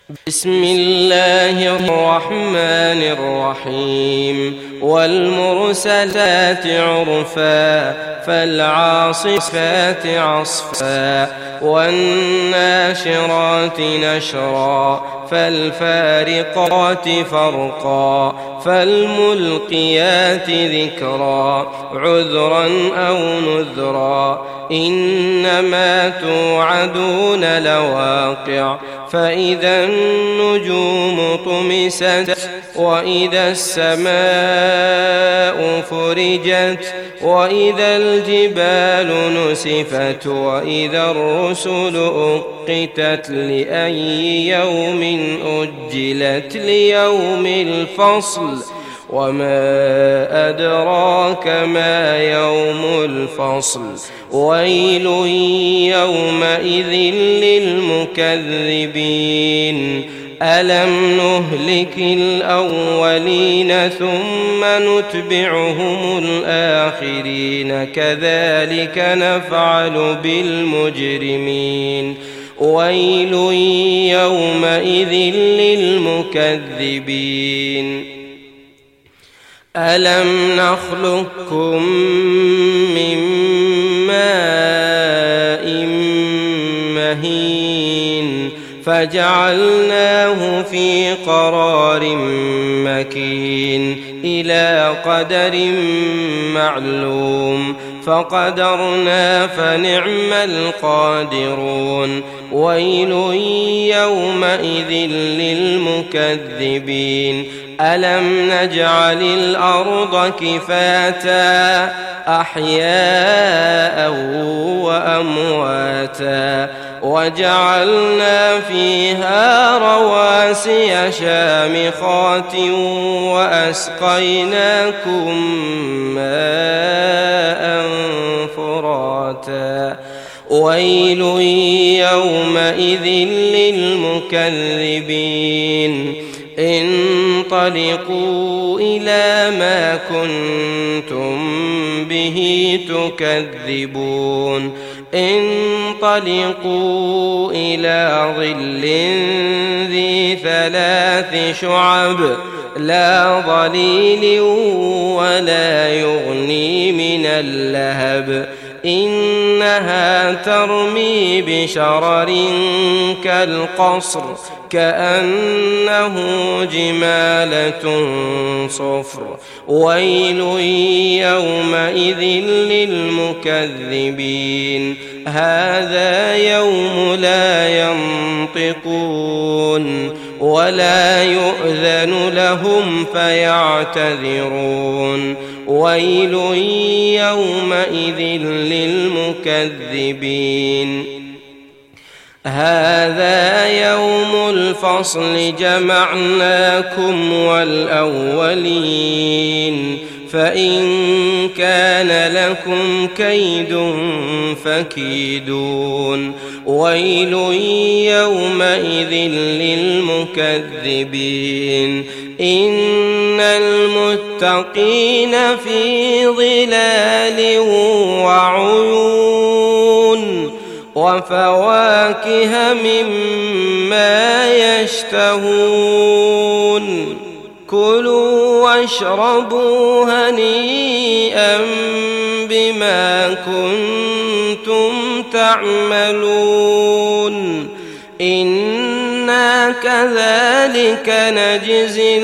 بسم الله الرحمن الرحيم والمرسلات عرفا فالعاصفات عصفا والناشرات نشرا فالفارقات فرقا فالملقيات ذكرا عذرا أو نذرا إنما توعدون لواقع فإذا النجوم طمست وإذا السماء فرجت وإذا الجبال نسفت وإذا الرسل أقتت لأي يوم أجلت ليوم الفصل وما أدراك ما يوم الفصل ويل يومئذ للمكذبين ألم نهلك الأولين ثم نتبعهم الآخرين كذلك نفعل بالمجرمين ويل يومئذ للمكذبين ألم نخلقكم من ماء مهين فجعلناه في قرار مكين إلى قدر معلوم فقدرنا فنعم القادرون ويل يومئذ للمكذبين ألم نجعل الأرض كفاتا أحياء وأمواتا وجعلنا فيها رواسي شامخات وأسقيناكم ماء فراتا ويل يومئذ للمكذبين انطلقوا إلى ما كنتم به تكذبون انطلقوا إلى ظل ذي 3 شعب لا ظليل ولا يغني من اللهب إنها ترمي بشرر كالقصر كأنه جمالة صفر ويل يومئذ للمكذبين هذا يوم لا ينطقون ولا يؤذن لهم فيعتذرون ويل يومئذ للمكذبين هذا يوم الفصل جمعناكم والأولين فإن كان لكم كيد فكيدون ويل يومئذ للمكذبين إن المتقين في ظلال وعيون وفواكه مما يشتهون كلوا واشربوا هنيئا بما كنتم تعملون إنا كذلك نجزي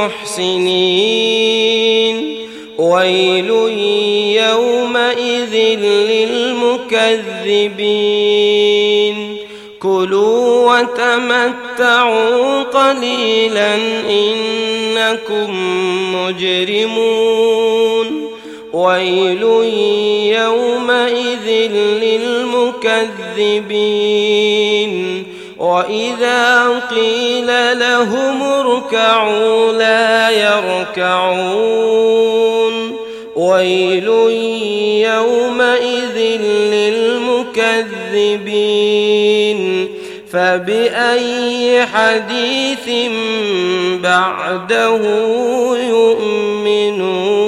المحسنين ويل يومئذ للمكذبين كلوا وتمتعوا قليلا إنكم مجرمون ويل يومئذ للمكذبين وإذا قيل لهم اركعوا لا يركعون ويل يومئذ للمكذبين فبأي حديث بعده يؤمنون